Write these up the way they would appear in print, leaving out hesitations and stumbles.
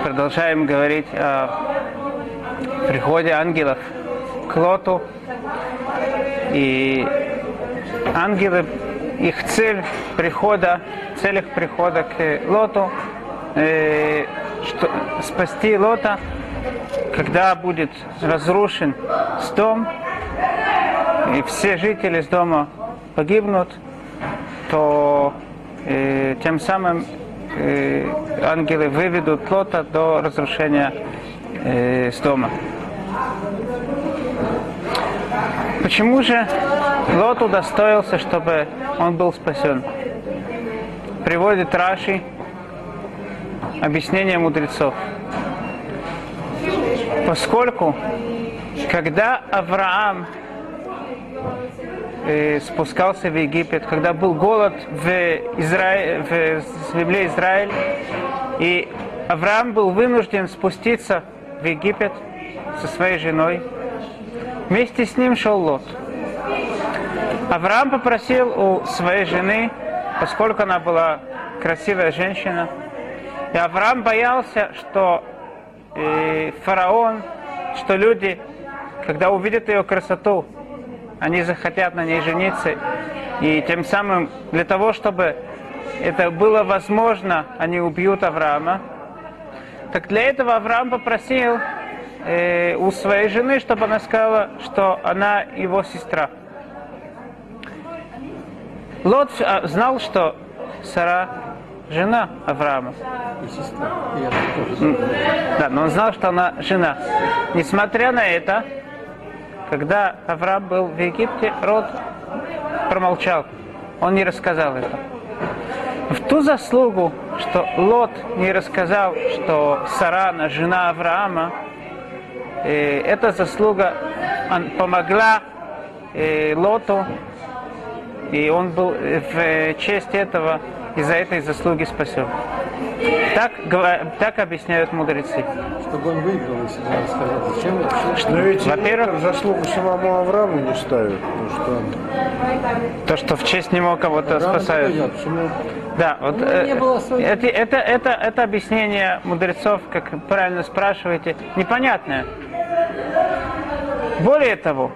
продолжаем говорить о приходе ангелов к Лоту. И ангелы, их цель их прихода к Лоту, спасти Лота, когда будет разрушен дом, и все жители с дома погибнут, то тем самым ангелы выведут Лота до разрушения дома. Почему же Лот удостоился, чтобы он был спасен? Приводит Раши объяснение мудрецов. Поскольку, когда Авраам спускался в Египет, когда был голод в земле Израиль, и Авраам был вынужден спуститься в Египет со своей женой, вместе с ним шел Лот. Авраам попросил у своей жены, поскольку она была красивая женщина, и Авраам боялся, что фараон, что люди, когда увидят ее красоту, они захотят на ней жениться, и тем самым для того, чтобы это было возможно, они убьют Авраама. Так для этого Авраам попросил у своей жены, чтобы она сказала, что она его сестра. Лот знал, что Сара жена Авраама. И сестра. И она тоже. Да, но он знал, что она жена. Несмотря на это, когда Авраам был в Египте, Лот промолчал. Он не рассказал это. В ту заслугу, что Лот не рассказал, что Сара, она жена Авраама, эта заслуга помогла Лоту, и он был в честь этого, из-за этой заслуги спасен. Так объясняют мудрецы. Чтобы он выиграл, если бы он сказал. Зачем вообще? Но ведь во-первых, заслугу самому Аврааму не ставят. То, что в честь него кого-то спасают. Почему? Да, вот это объяснение мудрецов, как правильно спрашиваете, непонятное. Более того,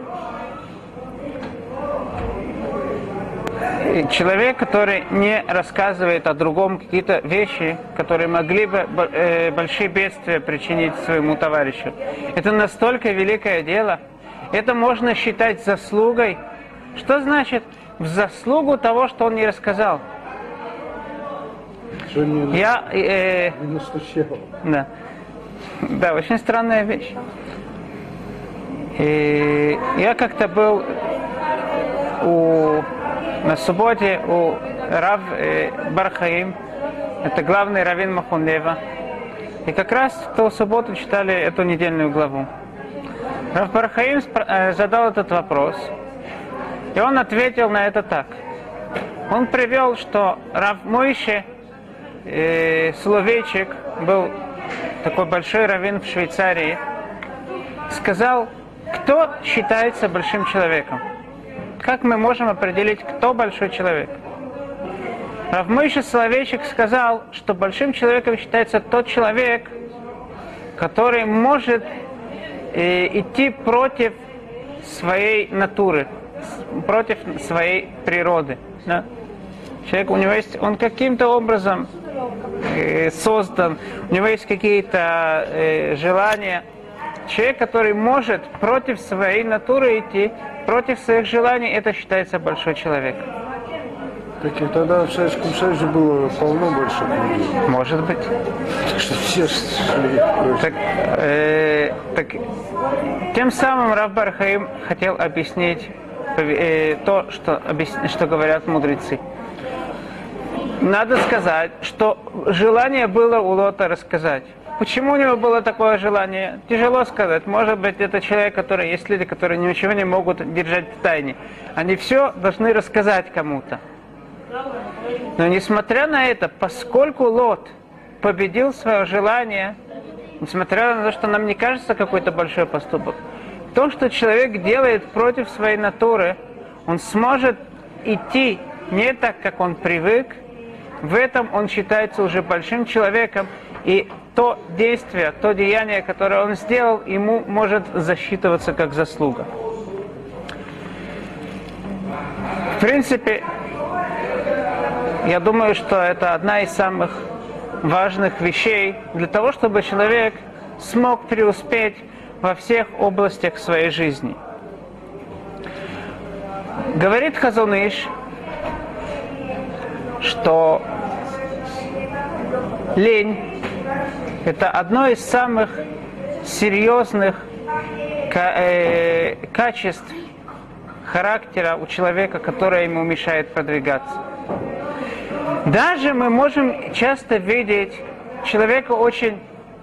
человек, который не рассказывает о другом какие-то вещи, которые могли бы большие бедствия причинить своему товарищу, это настолько великое дело, это можно считать заслугой. Что значит в заслугу того, что он не рассказал? Что не настучал. Да, очень странная вещь. Я как-то был на субботе у Рав бар Хаим, это главный раввин Махунлева. И как раз в ту субботу читали эту недельную главу. Рав бар Хаим задал этот вопрос, и он ответил на это так. Он привел, что Рав Мойше Соловейчик, был такой большой раввин в Швейцарии, сказал, кто считается большим человеком. Как мы можем определить, кто большой человек? Рав Мойше Соловейчик сказал, что большим человеком считается тот человек, который может идти против своей натуры, против своей природы. Да? Человек, у него есть, он каким-то образом создан, у него есть какие-то желания. Человек, который может против своей натуры идти, против своих желаний, это считается большой человек. Так и тогда в Советском Союзе было полно больших людей. Может быть. Так что все шли Так, тем самым Рав бар Хаим хотел объяснить то, что говорят мудрецы. Надо сказать, что желание было у Лота рассказать. Почему у него было такое желание? Тяжело сказать. Может быть, это человек, который есть люди, которые ничего не могут держать в тайне. Они все должны рассказать кому-то. Но несмотря на это, поскольку Лот победил свое желание, несмотря на то, что нам не кажется какой-то большой поступок, то, что человек делает против своей натуры, он сможет идти не так, как он привык, в этом он считается уже большим человеком. И то действие, то деяние, которое он сделал, ему может засчитываться как заслуга. В принципе, я думаю, что это одна из самых важных вещей для того, чтобы человек смог преуспеть во всех областях своей жизни. Говорит Хазон Иш, что лень – это одно из самых серьезных качеств характера у человека, которое ему мешает продвигаться. Даже мы можем часто видеть человека очень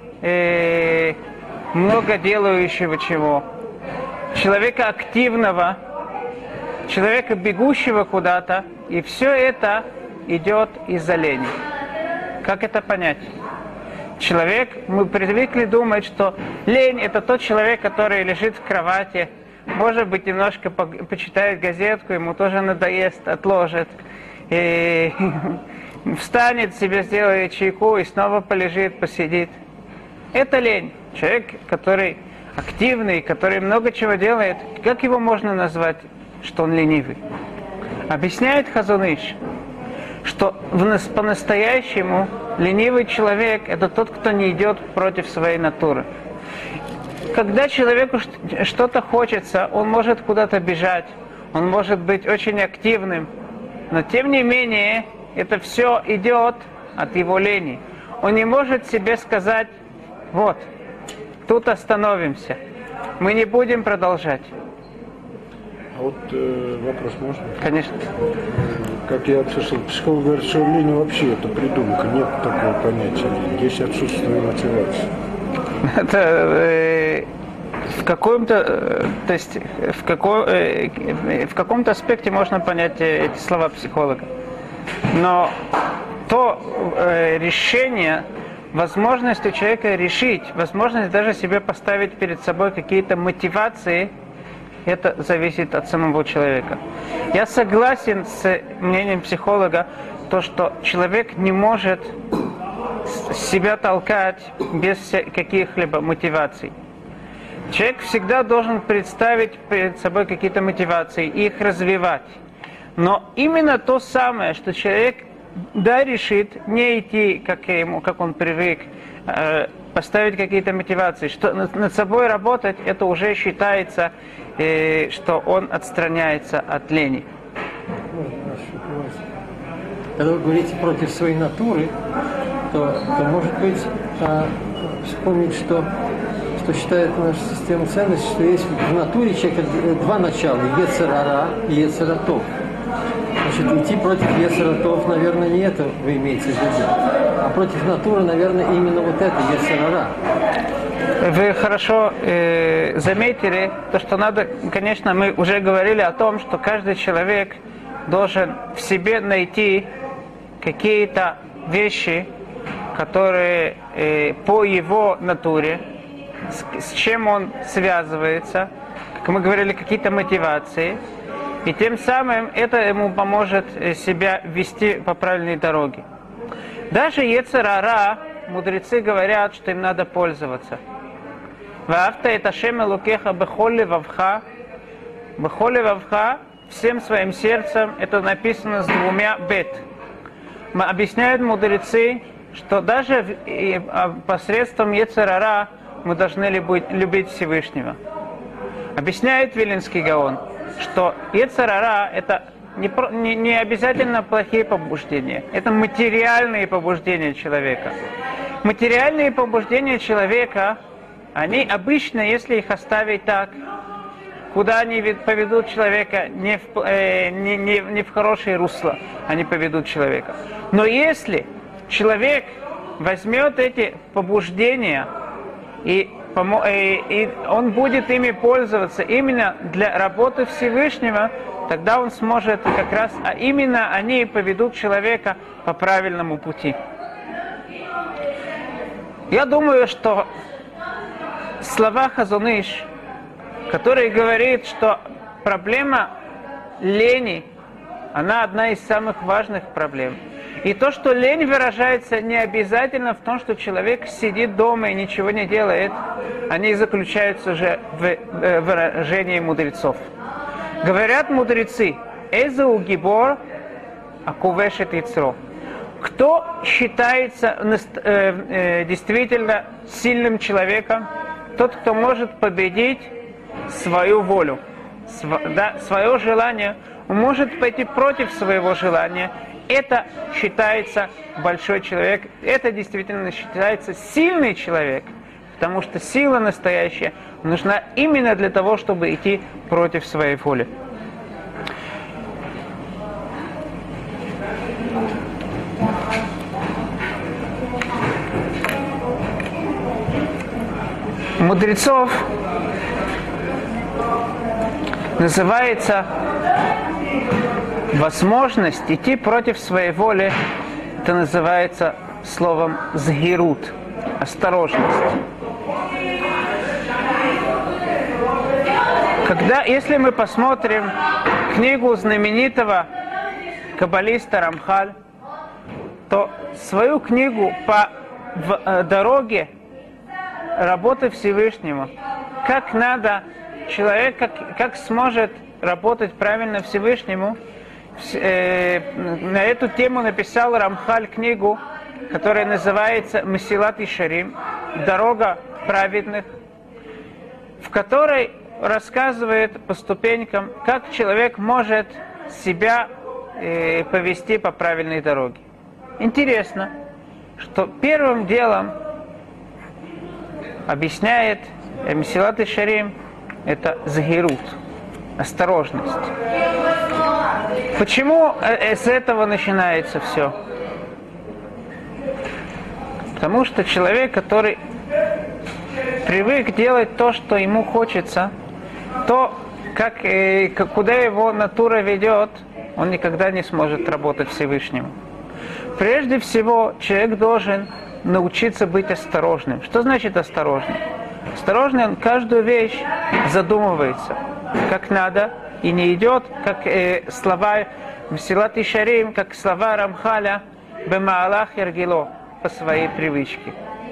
много делающего чего, человека активного, человека бегущего куда-то, и все это идет из-за лени. Как это понять? Мы привыкли думать, что лень – это тот человек, который лежит в кровати, может быть, немножко почитает газетку, ему тоже надоест, отложит, и встанет, себе сделает чайку и снова полежит, посидит. Это лень. Человек, который активный, который много чего делает, как его можно назвать, что он ленивый? Объясняет Хазон Иш, что по-настоящему ленивый человек – это тот, кто не идет против своей натуры. Когда человеку что-то хочется, он может куда-то бежать, он может быть очень активным, но тем не менее это все идет от его лени. Он не может себе сказать: вот, тут остановимся, мы не будем продолжать. А вот вопрос можно? Конечно. Как я слышал, психолог говорит, что лень вообще это придумка, нет такого понятия. Есть отсутствие мотивации. Это в каком-то аспекте можно понять эти слова психолога. Но то решение, возможность у человека решить, возможность даже себе поставить перед собой какие-то мотивации, это зависит от самого человека. Я согласен с мнением психолога, то, что человек не может себя толкать без каких-либо мотиваций. Человек всегда должен представить перед собой какие-то мотивации и их развивать. Но именно то самое, что человек решит не идти, как он привык, поставить какие-то мотивации, что над собой работать, это уже считается, что он отстраняется от лени. Когда вы говорите против своей натуры, то может быть, вспомнить, что считает наша система ценностей, что есть в натуре человека два начала, Йецер ара и Йецер атов. Значит, идти против Йецер атов, наверное, не это вы имеете в виду, а против натуры, наверное, именно вот это, Йецер ара. Вы хорошо заметили, то, что надо, конечно, мы уже говорили о том, что каждый человек должен в себе найти какие-то вещи, которые по его натуре, с чем он связывается, как мы говорили, какие-то мотивации, и тем самым это ему поможет себя вести по правильной дороге. Даже Йецер ара, мудрецы говорят, что им надо пользоваться. Ваавта эт Ашем элокеха бехол левавха, всем своим сердцем, это написано с двумя бет. Объясняют мудрецы, что даже посредством Йецер ара мы должны любить Всевышнего. Объясняет Вилинский Гаон, что Йецер ара это не обязательно плохие побуждения, это материальные побуждения человека. Материальные побуждения человека, они обычно, если их оставить так, куда они поведут человека, не в хорошее русло, они поведут человека. Но если человек возьмет эти побуждения и он будет ими пользоваться именно для работы Всевышнего, тогда он сможет как раз, а именно они поведут человека по правильному пути. Я думаю, что слова Хазон Иш, который говорит, что проблема лени, она одна из самых важных проблем. И то, что лень выражается не обязательно в том, что человек сидит дома и ничего не делает, они заключаются же в выражении мудрецов. Говорят мудрецы, «Эзеу гибор акувешет ицро». Кто считается действительно сильным человеком? Тот, кто может победить свою волю, свое желание, может пойти против своего желания. Это считается большой человек, это действительно считается сильный человек, потому что сила настоящая нужна именно для того, чтобы идти против своей воли. Мудрецов называется возможность идти против своей воли, это называется словом «згирут» – осторожность. Если мы посмотрим книгу знаменитого каббалиста Рамхаль, то свою книгу по дороге работы Всевышнему, как надо человек, как сможет работать правильно Всевышнему, на эту тему написал Рамхаль книгу, которая называется «Месилат Ишарим» – «Дорога праведных», в которой рассказывает по ступенькам, как человек может себя повести по правильной дороге. Интересно, что первым делом объясняет Месилат Ишарим это згирут, осторожность. Почему с этого начинается все? Потому что человек, который привык делать то, что ему хочется, то, куда его натура ведет, он никогда не сможет работать Всевышнему. Прежде всего, человек должен научиться быть осторожным. Что значит осторожным? Осторожный, он каждую вещь задумывается, как надо, и не идет, как слова Месилат Ишарим, как слова Рамхаля «Бемаалах яргило» по своей привычке.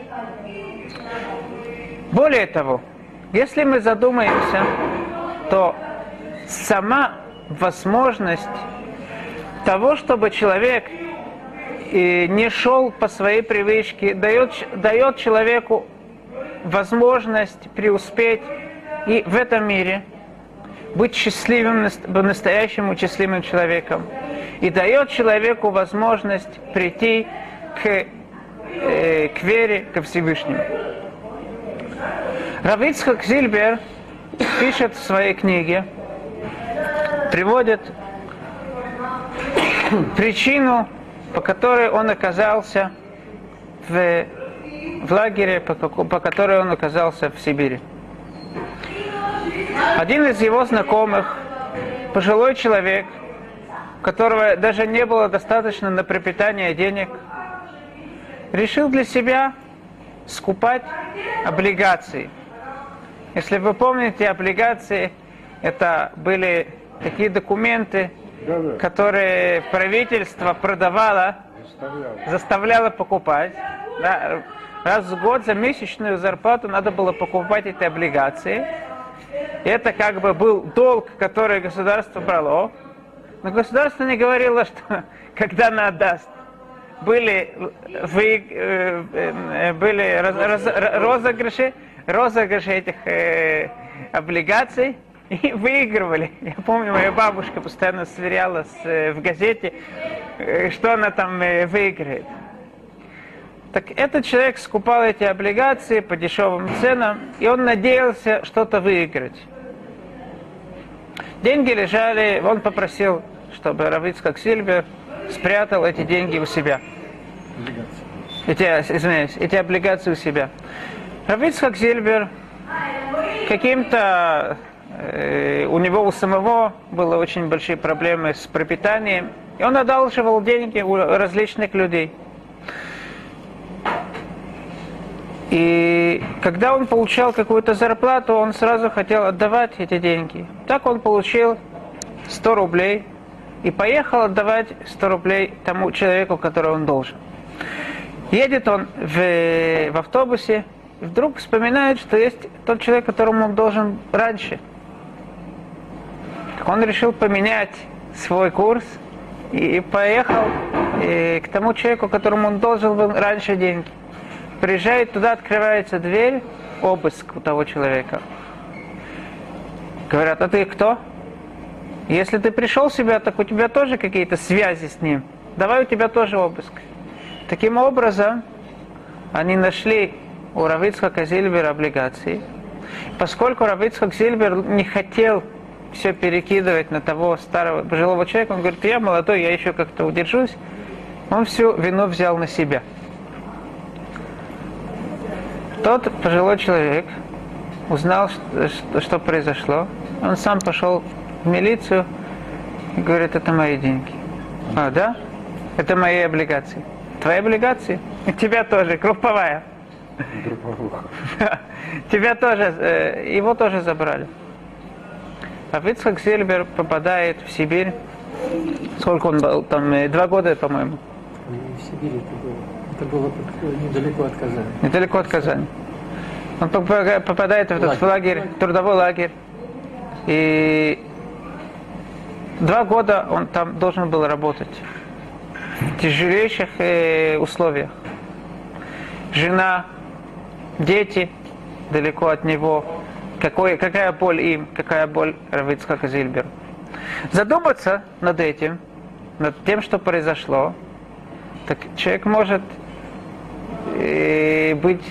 Более того, если мы задумаемся, то сама возможность того, чтобы человек не шел по своей привычке, дает человеку возможность преуспеть и в этом мире быть счастливым, по-настоящему счастливым человеком. И дает человеку возможность прийти к вере, ко Всевышнему. Рав Ицхак Зильбер пишет в своей книге, приводит причину, по которой он оказался в лагере, по которой он оказался в Сибири. Один из его знакомых, пожилой человек, у которого даже не было достаточно на пропитание денег, решил для себя скупать облигации. Если вы помните, облигации это были такие документы, которые правительство продавало, заставляло покупать. Да, раз в год за месячную зарплату надо было покупать эти облигации. И это как бы был долг, который государство брало. Но государство не говорило, что когда оно отдаст. Были розыгрыши этих облигаций и выигрывали. Я помню, моя бабушка постоянно сверяла в газете, что она там выиграет. Так этот человек скупал эти облигации по дешевым ценам, и он надеялся что-то выиграть. Деньги лежали, он попросил, чтобы Рав Ицхак Зильбер спрятал эти деньги у себя. Эти облигации у себя. Рав Ицхак Зильбер каким-то у него у самого были очень большие проблемы с пропитанием, и он одалживал деньги у различных людей. И когда он получал какую-то зарплату, он сразу хотел отдавать эти деньги. Так он получил 100 рублей и поехал отдавать 100 рублей тому человеку, которого он должен. Едет он в автобусе, и вдруг вспоминает, что есть тот человек, которому он должен раньше. Так он решил поменять свой курс и поехал к тому человеку, которому он должен был раньше деньги. Приезжает туда, открывается дверь, обыск у того человека. Говорят, а ты кто? Если ты пришел сюда, так у тебя тоже какие-то связи с ним. Давай у тебя тоже обыск. Таким образом, они нашли у Рав Ицхака Зильбера облигации. Поскольку Рав Ицхак Зильбер не хотел все перекидывать на того старого пожилого человека, он говорит, я молодой, я еще как-то удержусь. Он всю вину взял на себя. Тот пожилой человек узнал, что произошло. Он сам пошел в милицию и говорит, это мои деньги. А, да? Это мои облигации. Твои облигации? И тебя тоже, групповая. Тебя тоже, его тоже забрали. Рав Ицхак Зильбер попадает в Сибирь. Сколько он был? Там 2 года, по-моему. В Сибири это было недалеко от Казани. Недалеко от Казани. Он попадает в этот лагерь, трудовой лагерь. И 2 года он там должен был работать. В тяжелейших условиях. Жена, дети далеко от него. Какая боль им, какая боль Рав Ицхаку Зильберу. Задуматься над этим, над тем, что произошло, так человек может быть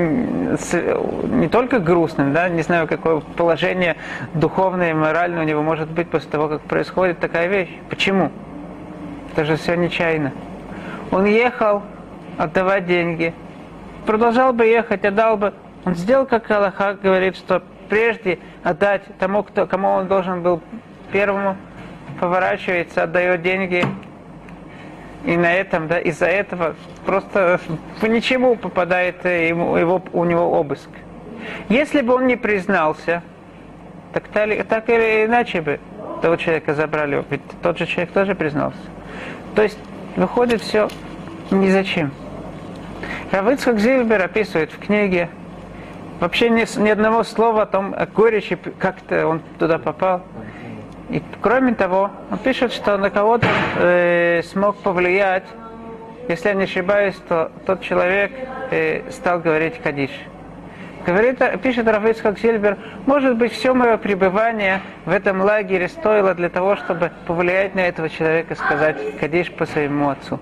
не только грустным, да, не знаю, какое положение духовное и моральное у него может быть после того, как происходит такая вещь. Почему? Это же все нечаянно. Он ехал отдавать деньги, продолжал бы ехать, отдал бы. Он сделал, как Аллаха говорит, что прежде отдать тому, кому он должен был первому, поворачивается, отдает деньги. И на этом, да, из-за этого просто по ничему попадает у него обыск. Если бы он не признался, так или иначе бы того человека забрали. Ведь тот же человек тоже признался. То есть выходит все ни зачем. Рав Ицхак Зильбер описывает в книге вообще ни одного слова о том, о горечи, как-то он туда попал. И кроме того, он пишет, что на кого-то смог повлиять, если я не ошибаюсь, то тот человек стал говорить кадиш. Пишет Рав Ицхак Зильбер, может быть, все мое пребывание в этом лагере стоило для того, чтобы повлиять на этого человека, сказать кадиш по своему отцу.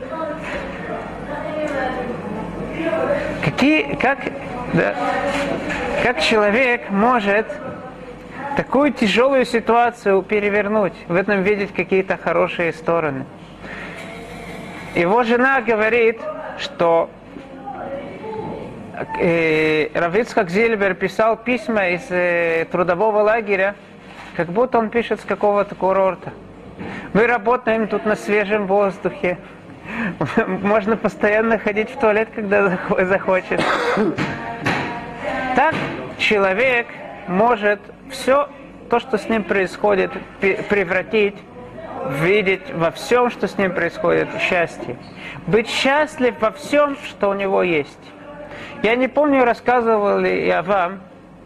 Как человек может такую тяжелую ситуацию перевернуть, в этом видеть какие-то хорошие стороны? Его жена говорит, что Рав Ицхак Зильбер писал письма из трудового лагеря, как будто он пишет с какого-то курорта. Мы работаем тут на свежем воздухе. Можно постоянно ходить в туалет, когда захочет. Так человек может все то, что с ним происходит, превратить, видеть во всем, что с ним происходит, счастье. Быть счастлив во всем, что у него есть. Я не помню, рассказывал ли я вам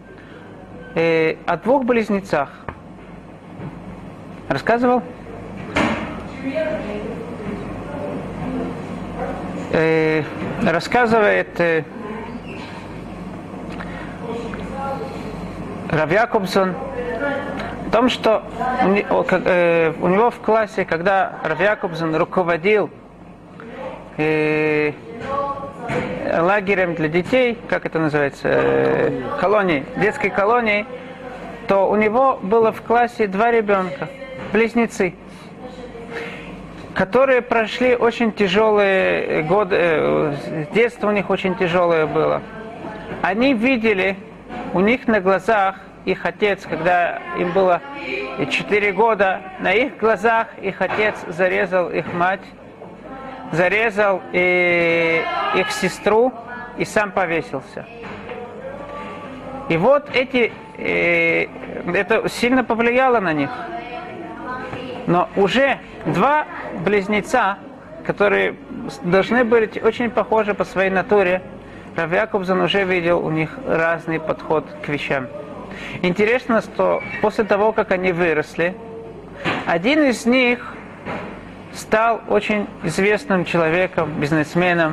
о 2 близнецах. Рассказывал? Рассказывает Рав Якобсон о том, что у него в классе, когда Рав Якобсон руководил лагерем для детей, как это называется, колонией, детской колонией, то у него было в классе 2 ребенка, близнецы, которые прошли очень тяжелые годы, детство у них очень тяжелое было. Они видели, у них на глазах, их отец, когда им было 4 года, на их глазах их отец зарезал их мать, зарезал их сестру и сам повесился. И вот это сильно повлияло на них. Но уже два близнеца, которые должны быть очень похожи по своей натуре, Рав Якобсон уже видел у них разный подход к вещам. Интересно, что после того, как они выросли, один из них стал очень известным человеком, бизнесменом,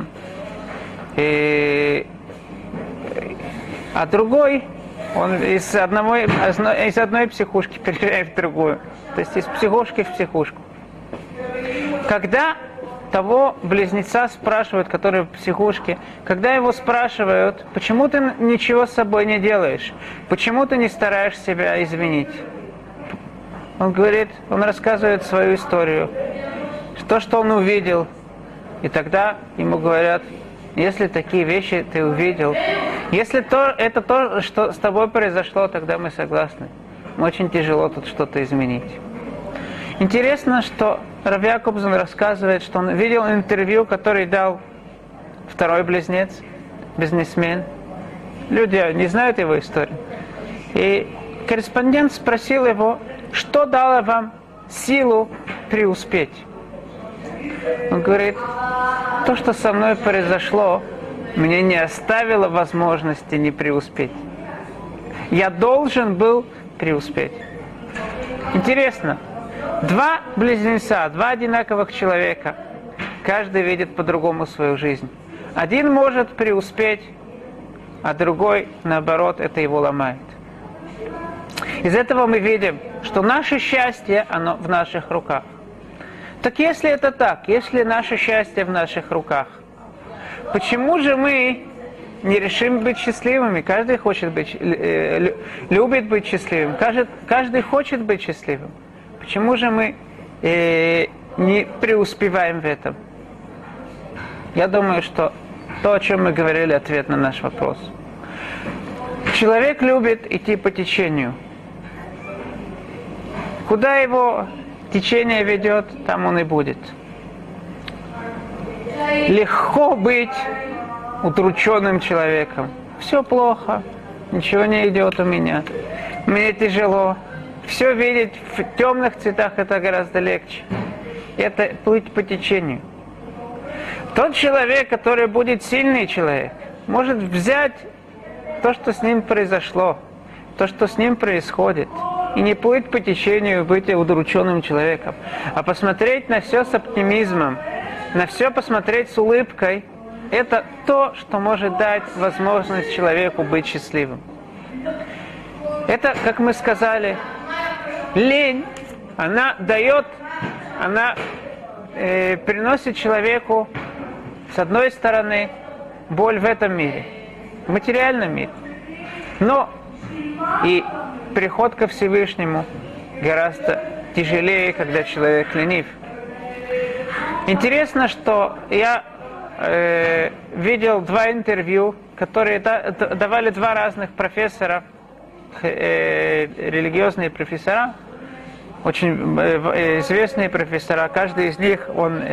а другой, он из одной психушки переезжает в другую. То есть из психушки в психушку. Когда того близнеца спрашивают, который в психушке, когда его спрашивают, почему ты ничего с собой не делаешь, почему ты не стараешься себя изменить, он говорит, он рассказывает свою историю, то, что он увидел, и тогда ему говорят, если такие вещи ты увидел, если это то, что с тобой произошло, тогда мы согласны. Очень тяжело тут что-то изменить. Интересно, что Рав Якобсон рассказывает, что он видел интервью, которое дал второй близнец, бизнесмен. Люди не знают его историю. И корреспондент спросил его, что дало вам силу преуспеть. Он говорит, то, что со мной произошло, мне не оставило возможности не преуспеть. Я должен был преуспеть. Интересно, два близнеца, два одинаковых человека, каждый видит по-другому свою жизнь. Один может преуспеть, а другой, наоборот, это его ломает. Из этого мы видим, что наше счастье, оно в наших руках. Так если это так, если наше счастье в наших руках, почему же мы не решим быть счастливыми? Каждый хочет быть, любит быть счастливым, каждый хочет быть счастливым. Почему же мы не преуспеваем в этом? Я думаю, что то, о чем мы говорили, ответ на наш вопрос. Человек любит идти по течению. Куда его течение ведет, там он и будет. Легко быть удрученным человеком. Все плохо, ничего не идет у меня. Мне тяжело. Все видеть в темных цветах это гораздо легче. Это плыть по течению. Тот человек, который будет сильный человек, может взять то, что с ним произошло, то, что с ним происходит, и не плыть по течению, быть удрученным человеком, а посмотреть на все с оптимизмом, на все посмотреть с улыбкой. Это то, что может дать возможность человеку быть счастливым. Это, как мы сказали, лень, она приносит человеку, с одной стороны, боль в этом мире, в материальном мире. Но и приход ко Всевышнему гораздо тяжелее, когда человек ленив. Интересно, что я видел два интервью, которые давали два разных профессора, религиозные профессора, очень известные профессора. Каждый из них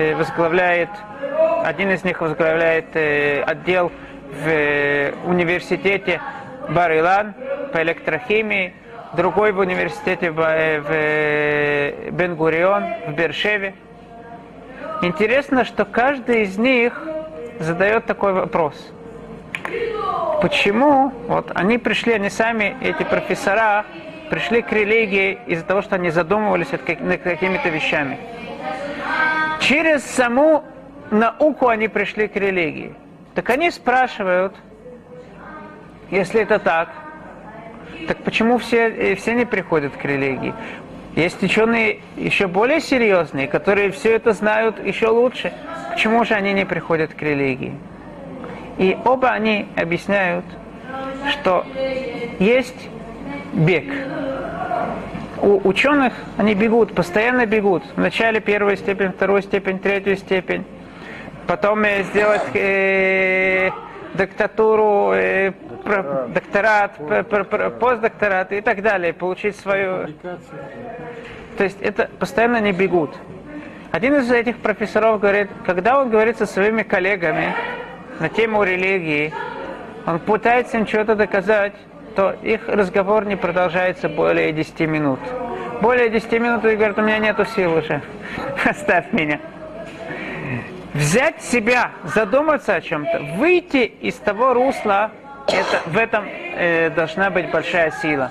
один из них возглавляет отдел в университете Бар-Илан по электрохимии, другой в университете в Бен-Гурион в Бершеве. Интересно, что каждый из них задает такой вопрос. Почему они сами, эти профессора, пришли к религии из-за того, что они задумывались над какими-то вещами. Через саму науку они пришли к религии. Так они спрашивают, если это так почему все не приходят к религии? Есть ученые еще более серьезные, которые все это знают еще лучше. Почему же они не приходят к религии? И оба они объясняют, что есть бег. У ученых они бегут, постоянно бегут. Вначале первую степень, вторую степень, третью степень. Потом сделать докторатуру, докторат, постдокторат и так далее. Получить свою... То есть это постоянно они бегут. Один из этих профессоров говорит, когда он говорит со своими коллегами на тему религии, он пытается им что-то доказать, то их разговор не продолжается более 10 минут. более 10 минут и говорит, у меня нету сил уже, оставь меня. Взять себя, задуматься о чем-то, выйти из того русла, в этом должна быть большая сила.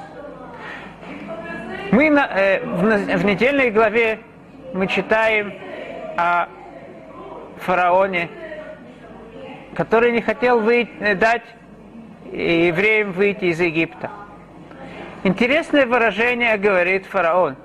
Мы в недельной главе мы читаем о фараоне, который не хотел дать евреям выйти из Египта. Интересное выражение говорит фараон.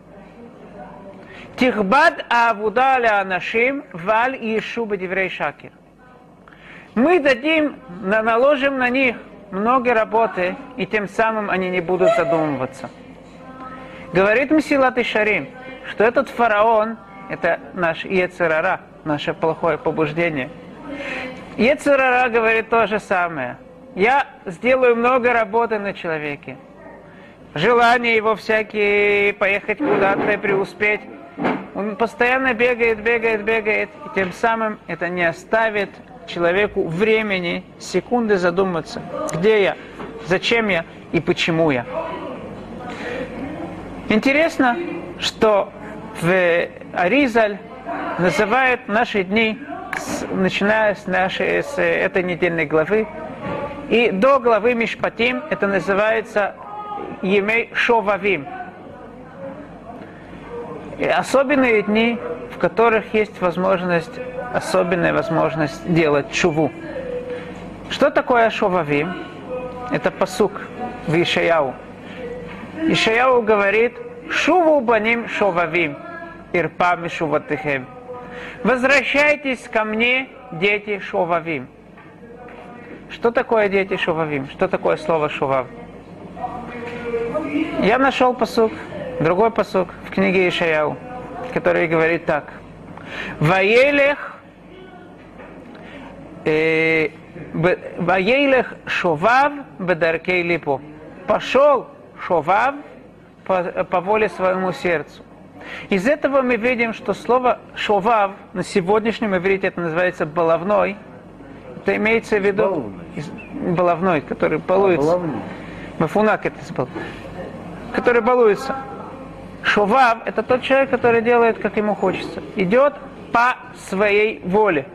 Тихбад авуда ля анашим валь ишу бедиврей шакер. Мы наложим на них много работы, и тем самым они не будут задумываться. Говорит Месилат Ишарим, что этот фараон, это наш Йецер ара, наше плохое побуждение. Йецер ара говорит то же самое. Я сделаю много работы на человеке. Желания его всякие, поехать куда-то и преуспеть. Он постоянно бегает, и тем самым это не оставит человеку времени, секунды задуматься, где я, зачем я и почему я. Интересно, что в Аризаль называют наши дни, начиная с этой недельной главы, и до главы Мишпатим это называется Емей Шовавим. И особенные дни, в которых есть особенная возможность делать шуву. Что такое Шовавим? Это пасук в Ишаяу. Ишаяу говорит: «Шуву баним шовавим, ирпа мишуватыхем». Возвращайтесь ко мне, дети шовавим. Что такое дети шовавим? Что такое слово шовав? Я нашел пасук, другой пасук в книге Ишаяу, который говорит так: «Ваелех шовав бедаркей липо». Пошел шовав по воле своему сердцу. Из этого мы видим, что слово шовав на сегодняшнем иврите это называется баловной. Это имеется в виду баловной, который балуется. Мафунак это был, который балуется. Шовав это тот человек, который делает, как ему хочется. Идет по своей воле.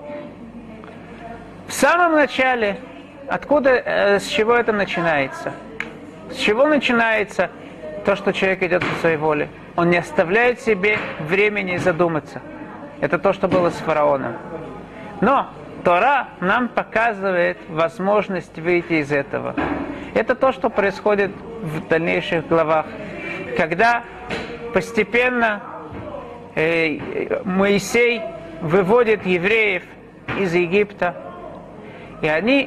В самом начале, с чего это начинается? С чего начинается то, что человек идет по своей воле? Он не оставляет себе времени задуматься. Это то, что было с фараоном. Но Тора нам показывает возможность выйти из этого. Это то, что происходит в дальнейших главах. Когда постепенно Моисей выводит евреев из Египта, и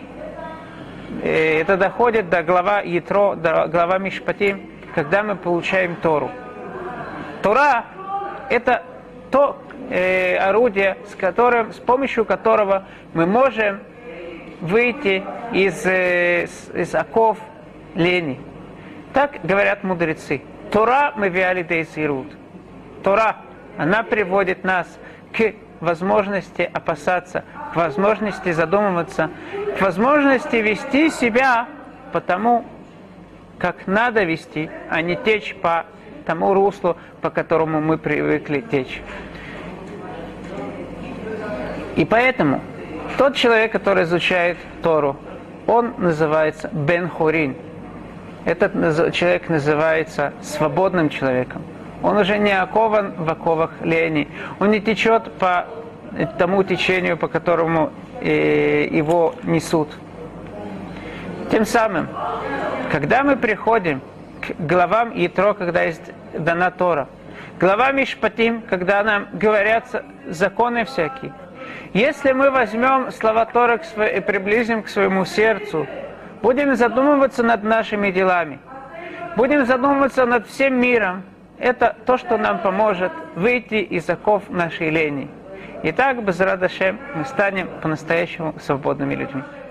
это доходит до глава Ятро, до глава Мишпатим, когда мы получаем Тору. Тора – это то орудие, с помощью которого мы можем выйти из оков лени. Так говорят мудрецы. Тора мы виали дейсирут. Тора, она приводит нас к возможности опасаться, к возможности задумываться, к возможности вести себя по тому, как надо вести, а не течь по тому руслу, по которому мы привыкли течь. И поэтому тот человек, который изучает Тору, он называется Бен-Хорин. Этот человек называется свободным человеком. Он уже не окован в оковах лени. Он не течет по тому течению, по которому его несут. Тем самым, когда мы приходим к главам Ятро, когда есть дана Тора, главам Мишпатим, когда нам говорятся законы всякие, если мы возьмем слова Торы и приблизим к своему сердцу, будем задумываться над нашими делами, будем задумываться над всем миром, это то, что нам поможет выйти из оков нашей лени. И так, без Рад Ашем, мы станем по-настоящему свободными людьми.